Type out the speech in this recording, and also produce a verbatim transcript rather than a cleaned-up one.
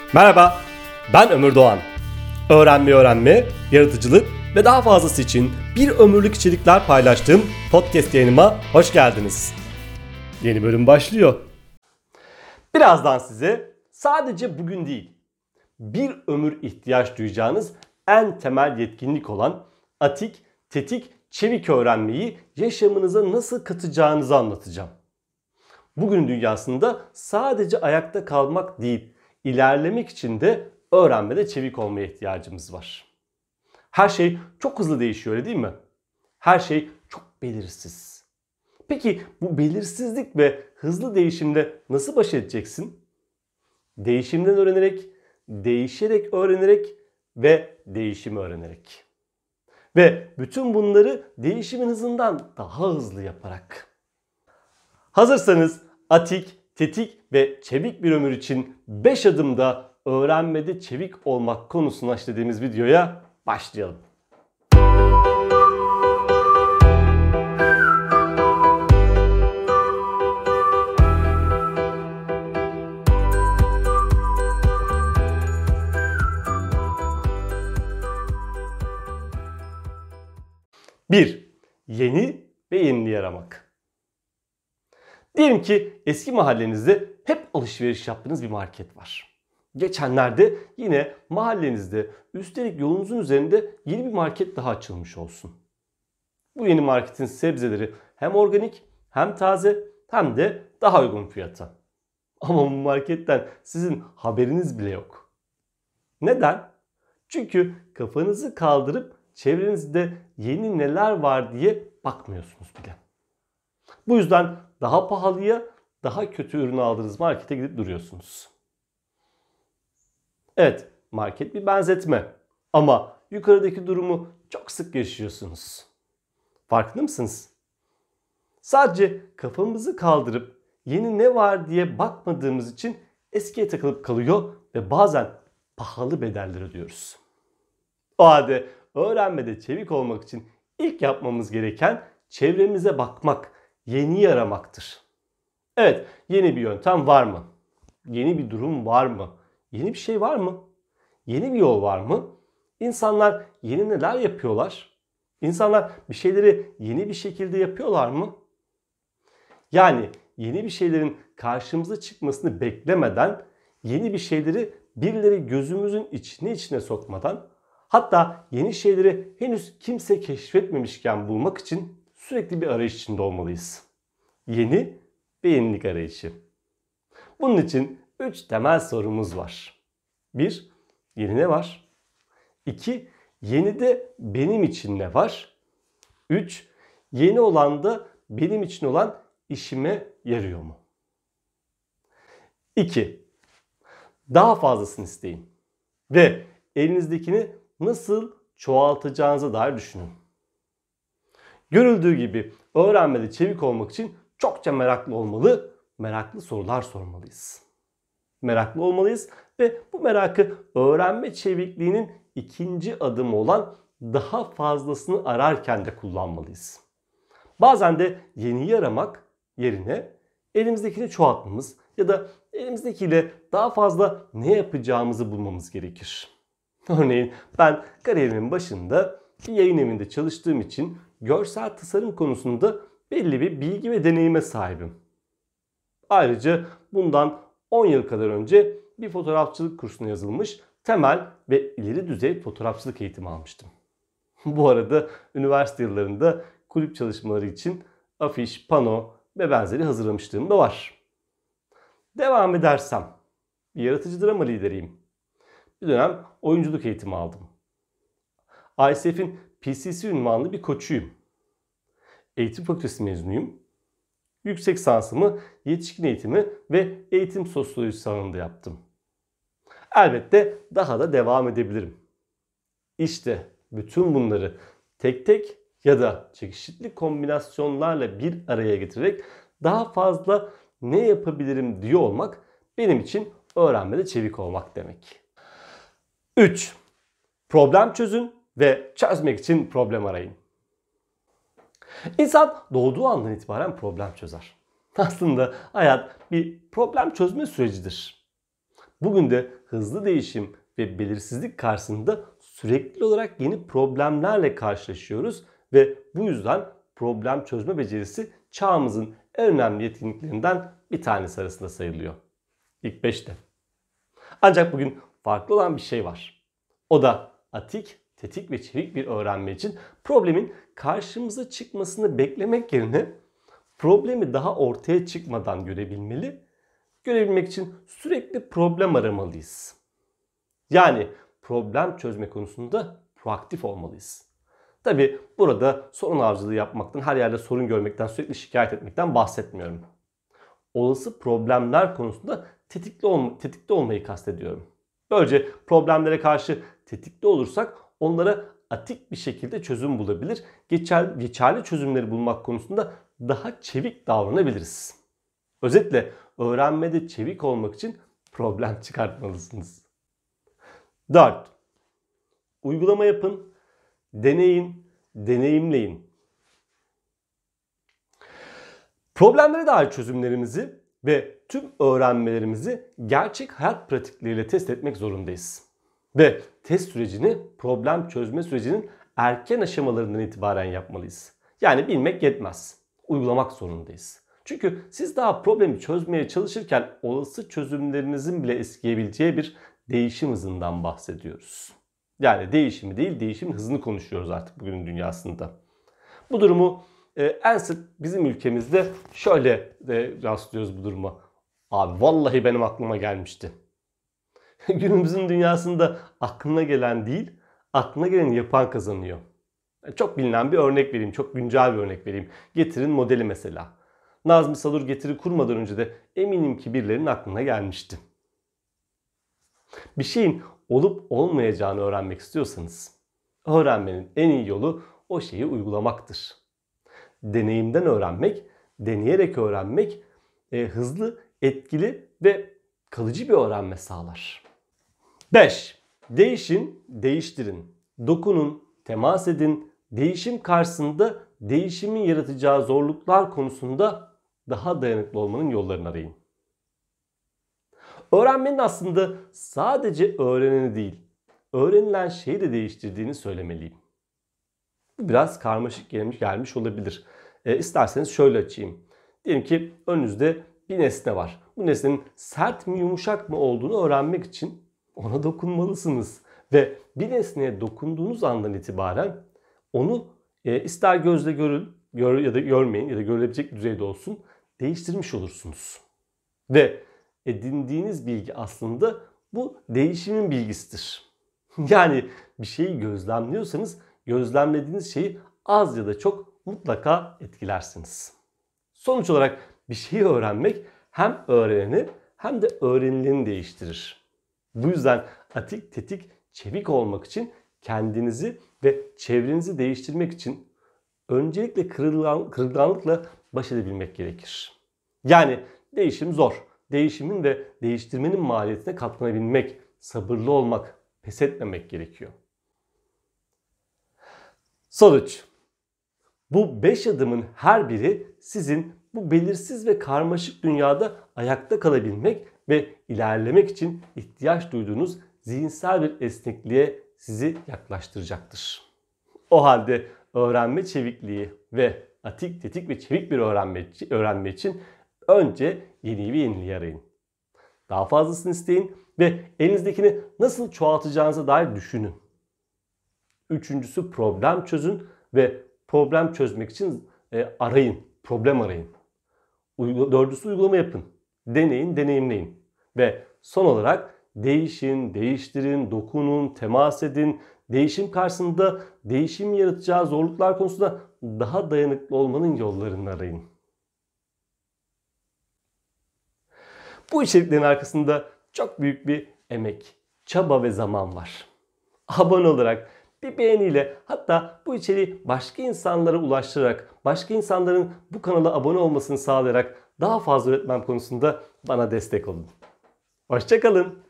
Merhaba, ben Ömür Doğan. Öğrenme öğrenme, yaratıcılık ve daha fazlası için bir ömürlük içerikler paylaştığım podcast yayınıma hoş geldiniz. Yeni bölüm başlıyor. Birazdan size sadece bugün değil, bir ömür ihtiyaç duyacağınız en temel yetkinlik olan atik, tetik, çevik öğrenmeyi yaşamınıza nasıl katacağınızı anlatacağım. Bugün dünyasında sadece ayakta kalmak değil, ilerlemek için de öğrenmede çevik olmaya ihtiyacımız var. Her şey çok hızlı değişiyor, öyle değil mi? Her şey çok belirsiz. Peki bu belirsizlik ve hızlı değişimle nasıl baş edeceksin? Değişimden öğrenerek, değişerek öğrenerek ve değişimi öğrenerek. Ve bütün bunları değişimin hızından daha hızlı yaparak. Hazırsanız atik, tetik ve çevik bir ömür için beş adımda öğrenmede çevik olmak konusunu işlediğimiz videoya başlayalım. bir. Yeni ve yeniliği aramak. Diyelim ki eski mahallenizde hep alışveriş yaptığınız bir market var. Geçenlerde yine mahallenizde, üstelik yolunuzun üzerinde yeni bir market daha açılmış olsun. Bu yeni marketin sebzeleri hem organik, hem taze, hem de daha uygun fiyata. Ama bu marketten sizin haberiniz bile yok. Neden? Çünkü kafanızı kaldırıp çevrenizde yeni neler var diye bakmıyorsunuz bile. Bu yüzden daha pahalıya, daha kötü ürünü aldığınız markete gidip duruyorsunuz. Evet, market bir benzetme. Ama yukarıdaki durumu çok sık yaşıyorsunuz. Farkında mısınız? Sadece kafamızı kaldırıp yeni ne var diye bakmadığımız için eskiye takılıp kalıyor ve bazen pahalı bedeller ödüyoruz. O halde öğrenmede çevik olmak için ilk yapmamız gereken çevremize bakmak, yeniyi aramaktır. Evet, yeni bir yöntem var mı? Yeni bir durum var mı? Yeni bir şey var mı? Yeni bir yol var mı? İnsanlar yeni neler yapıyorlar? İnsanlar bir şeyleri yeni bir şekilde yapıyorlar mı? Yani yeni bir şeylerin karşımıza çıkmasını beklemeden, yeni bir şeyleri birileri gözümüzün içine içine sokmadan, hatta yeni şeyleri henüz kimse keşfetmemişken bulmak için sürekli bir arayış içinde olmalıyız. Yeni ve yenilik arayışı. Bunun için üç temel sorumuz var. bir. Yeni ne var? iki. Yenide benim için ne var? üç. Yeni olan da benim için olan işime yarıyor mu? iki. Daha fazlasını isteyin. Ve elinizdekini nasıl çoğaltacağınıza dair düşünün. Görüldüğü gibi öğrenmede çevik olmak için çokça meraklı olmalı, meraklı sorular sormalıyız. Meraklı olmalıyız ve bu merakı öğrenme çevikliğinin ikinci adımı olan daha fazlasını ararken de kullanmalıyız. Bazen de yeniyi aramak yerine elimizdekini çoğaltmamız ya da elimizdekiyle daha fazla ne yapacağımızı bulmamız gerekir. Örneğin ben kariyerimin başında bir yayın evinde çalıştığım için görsel tasarım konusunda belli bir bilgi ve deneyime sahibim. Ayrıca bundan on yıl kadar önce bir fotoğrafçılık kursuna yazılmış, temel ve ileri düzey fotoğrafçılık eğitimi almıştım. Bu arada üniversite yıllarında kulüp çalışmaları için afiş, pano ve benzeri hazırlamışlığım da var. Devam edersem, bir yaratıcı drama lideriyim. Bir dönem oyunculuk eğitimi aldım. I S F'in P C C ünvanlı bir koçuyum. Eğitim fakültesi mezunuyum. Yüksek lisansımı yetişkin eğitimi ve eğitim sosyolojisi alanında yaptım. Elbette daha da devam edebilirim. İşte bütün bunları tek tek ya da çeşitli kombinasyonlarla bir araya getirerek daha fazla ne yapabilirim diyor olmak benim için öğrenmede çevik olmak demek. üç. Problem çözün ve çözmek için problem arayın. İnsan doğduğu andan itibaren problem çözer. Aslında hayat bir problem çözme sürecidir. Bugün de hızlı değişim ve belirsizlik karşısında sürekli olarak yeni problemlerle karşılaşıyoruz ve bu yüzden problem çözme becerisi çağımızın en önemli yetkinliklerinden bir tanesi arasında sayılıyor. İlk beşte. Ancak bugün farklı olan bir şey var. O da atik, tetik ve çevik bir öğrenme için problemin karşımıza çıkmasını beklemek yerine problemi daha ortaya çıkmadan görebilmeli, görebilmek için sürekli problem aramalıyız. Yani problem çözme konusunda proaktif olmalıyız. Tabi burada sorun avcılığı yapmaktan, her yerde sorun görmekten, sürekli şikayet etmekten bahsetmiyorum. Olası problemler konusunda tetikli, olma, tetikte olmayı kastediyorum. Böylece problemlere karşı tetikte olursak onlara atik bir şekilde çözüm bulabilir, geçerli, geçerli çözümleri bulmak konusunda daha çevik davranabiliriz. Özetle öğrenmede çevik olmak için problem çıkartmalısınız. dört. Uygulama yapın, deneyin, deneyimleyin. Problemlere dair çözümlerimizi ve tüm öğrenmelerimizi gerçek hayat pratikleriyle test etmek zorundayız. Ve test sürecini problem çözme sürecinin erken aşamalarından itibaren yapmalıyız. Yani bilmek yetmez. Uygulamak zorundayız. Çünkü siz daha problemi çözmeye çalışırken olası çözümlerinizin bile eskiyebileceği bir değişim hızından bahsediyoruz. Yani değişimi değil, değişimin hızını konuşuyoruz artık bugünün dünyasında. Bu durumu e, en sık bizim ülkemizde şöyle de rastlıyoruz bu duruma. Abi vallahi benim aklıma gelmişti. Günümüzün dünyasında aklına gelen değil, aklına geleni yapan kazanıyor. Çok bilinen bir örnek vereyim, çok güncel bir örnek vereyim. Getir'in modeli mesela. Nazmi Salur Getir'i kurmadan önce de eminim ki birilerinin aklına gelmişti. Bir şeyin olup olmayacağını öğrenmek istiyorsanız, öğrenmenin en iyi yolu o şeyi uygulamaktır. Deneyimden öğrenmek, deneyerek öğrenmek e, hızlı, etkili ve kalıcı bir öğrenme sağlar. beş. Değişin, değiştirin. Dokunun, temas edin. Değişim karşısında değişimin yaratacağı zorluklar konusunda daha dayanıklı olmanın yollarını arayın. Öğrenmenin aslında sadece öğreneni değil, öğrenilen şeyi de değiştirdiğini söylemeliyim. Bu biraz karmaşık gelmiş, gelmiş olabilir. E, isterseniz şöyle açayım. Diyelim ki önünüzde bir nesne var. Bu nesnenin sert mi yumuşak mı olduğunu öğrenmek için ona dokunmalısınız. Ve bir nesneye dokunduğunuz andan itibaren onu e, ister gözle görün gör, ya da görmeyin ya da görülebilecek düzeyde olsun değiştirmiş olursunuz. Ve edindiğiniz bilgi aslında bu değişimin bilgisidir. Yani bir şeyi gözlemliyorsanız gözlemlediğiniz şeyi az ya da çok mutlaka etkilersiniz. Sonuç olarak bir şeyi öğrenmek hem öğreneni hem de öğrenileni değiştirir. Bu yüzden atik, tetik, çevik olmak için kendinizi ve çevrenizi değiştirmek için öncelikle kırılgan, kırılganlıkla baş edebilmek gerekir. Yani değişim zor. Değişimin ve değiştirmenin maliyetine katlanabilmek, sabırlı olmak, pes etmemek gerekiyor. Sonuç. Bu beş adımın her biri sizin bu belirsiz ve karmaşık dünyada ayakta kalabilmek ve ilerlemek için ihtiyaç duyduğunuz zihinsel bir esnekliğe sizi yaklaştıracaktır. O halde öğrenme çevikliği ve atik, tetik ve çevik bir öğrenme, öğrenme için önce yeni bir yeniliği arayın. Daha fazlasını isteyin ve elinizdekini nasıl çoğaltacağınıza dair düşünün. Üçüncüsü problem çözün ve problem çözmek için e, arayın, problem arayın. Uygu, dördüncüsü uygulama yapın. Deneyin, deneyimleyin. Ve son olarak değişin, değiştirin, dokunun, temas edin. Değişim karşısında değişim yaratacağı zorluklar konusunda daha dayanıklı olmanın yollarını arayın. Bu içeriklerin arkasında çok büyük bir emek, çaba ve zaman var. Abone olarak, bir beğeniyle, hatta bu içeriği başka insanlara ulaştırarak, başka insanların bu kanala abone olmasını sağlayarak daha fazla öğretmem konusunda bana destek olun. Hoşça kalın.